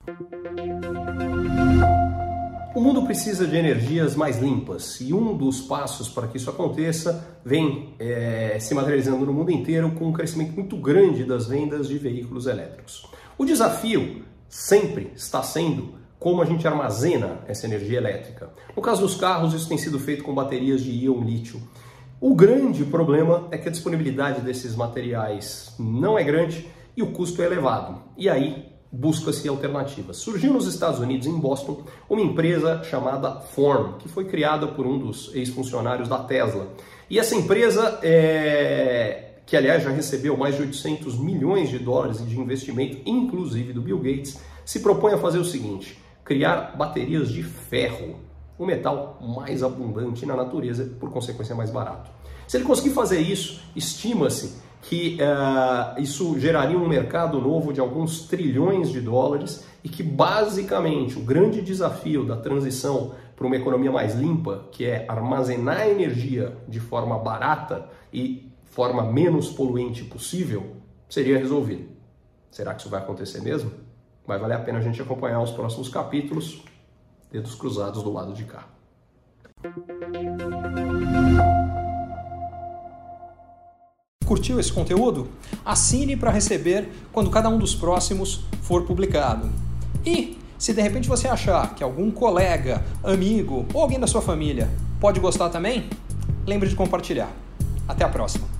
O mundo precisa de energias mais limpas e um dos passos para que isso aconteça vem se materializando no mundo inteiro com um crescimento muito grande das vendas de veículos elétricos. O desafio sempre está sendo como a gente armazena essa energia elétrica. No caso dos carros, isso tem sido feito com baterias de íon lítio. O grande problema é que a disponibilidade desses materiais não é grande e o custo é elevado. E aí busca-se alternativas. Surgiu nos Estados Unidos, em Boston, uma empresa chamada Form, que foi criada por um dos ex-funcionários da Tesla. E essa empresa, que aliás já recebeu mais de 800 milhões de dólares de investimento, inclusive do Bill Gates, se propõe a fazer o seguinte: criar baterias de ferro, o metal mais abundante na natureza, por consequência mais barato. Se ele conseguir fazer isso, estima-se que isso geraria um mercado novo de alguns trilhões de dólares e que basicamente o grande desafio da transição para uma economia mais limpa, que é armazenar energia de forma barata e forma menos poluente possível, seria resolvido. Será que isso vai acontecer mesmo? Vai valer a pena a gente acompanhar os próximos capítulos. Dedos cruzados do lado de cá. Curtiu esse conteúdo? Assine para receber quando cada um dos próximos for publicado. E se de repente você achar que algum colega, amigo ou alguém da sua família pode gostar também, lembre de compartilhar. Até a próxima!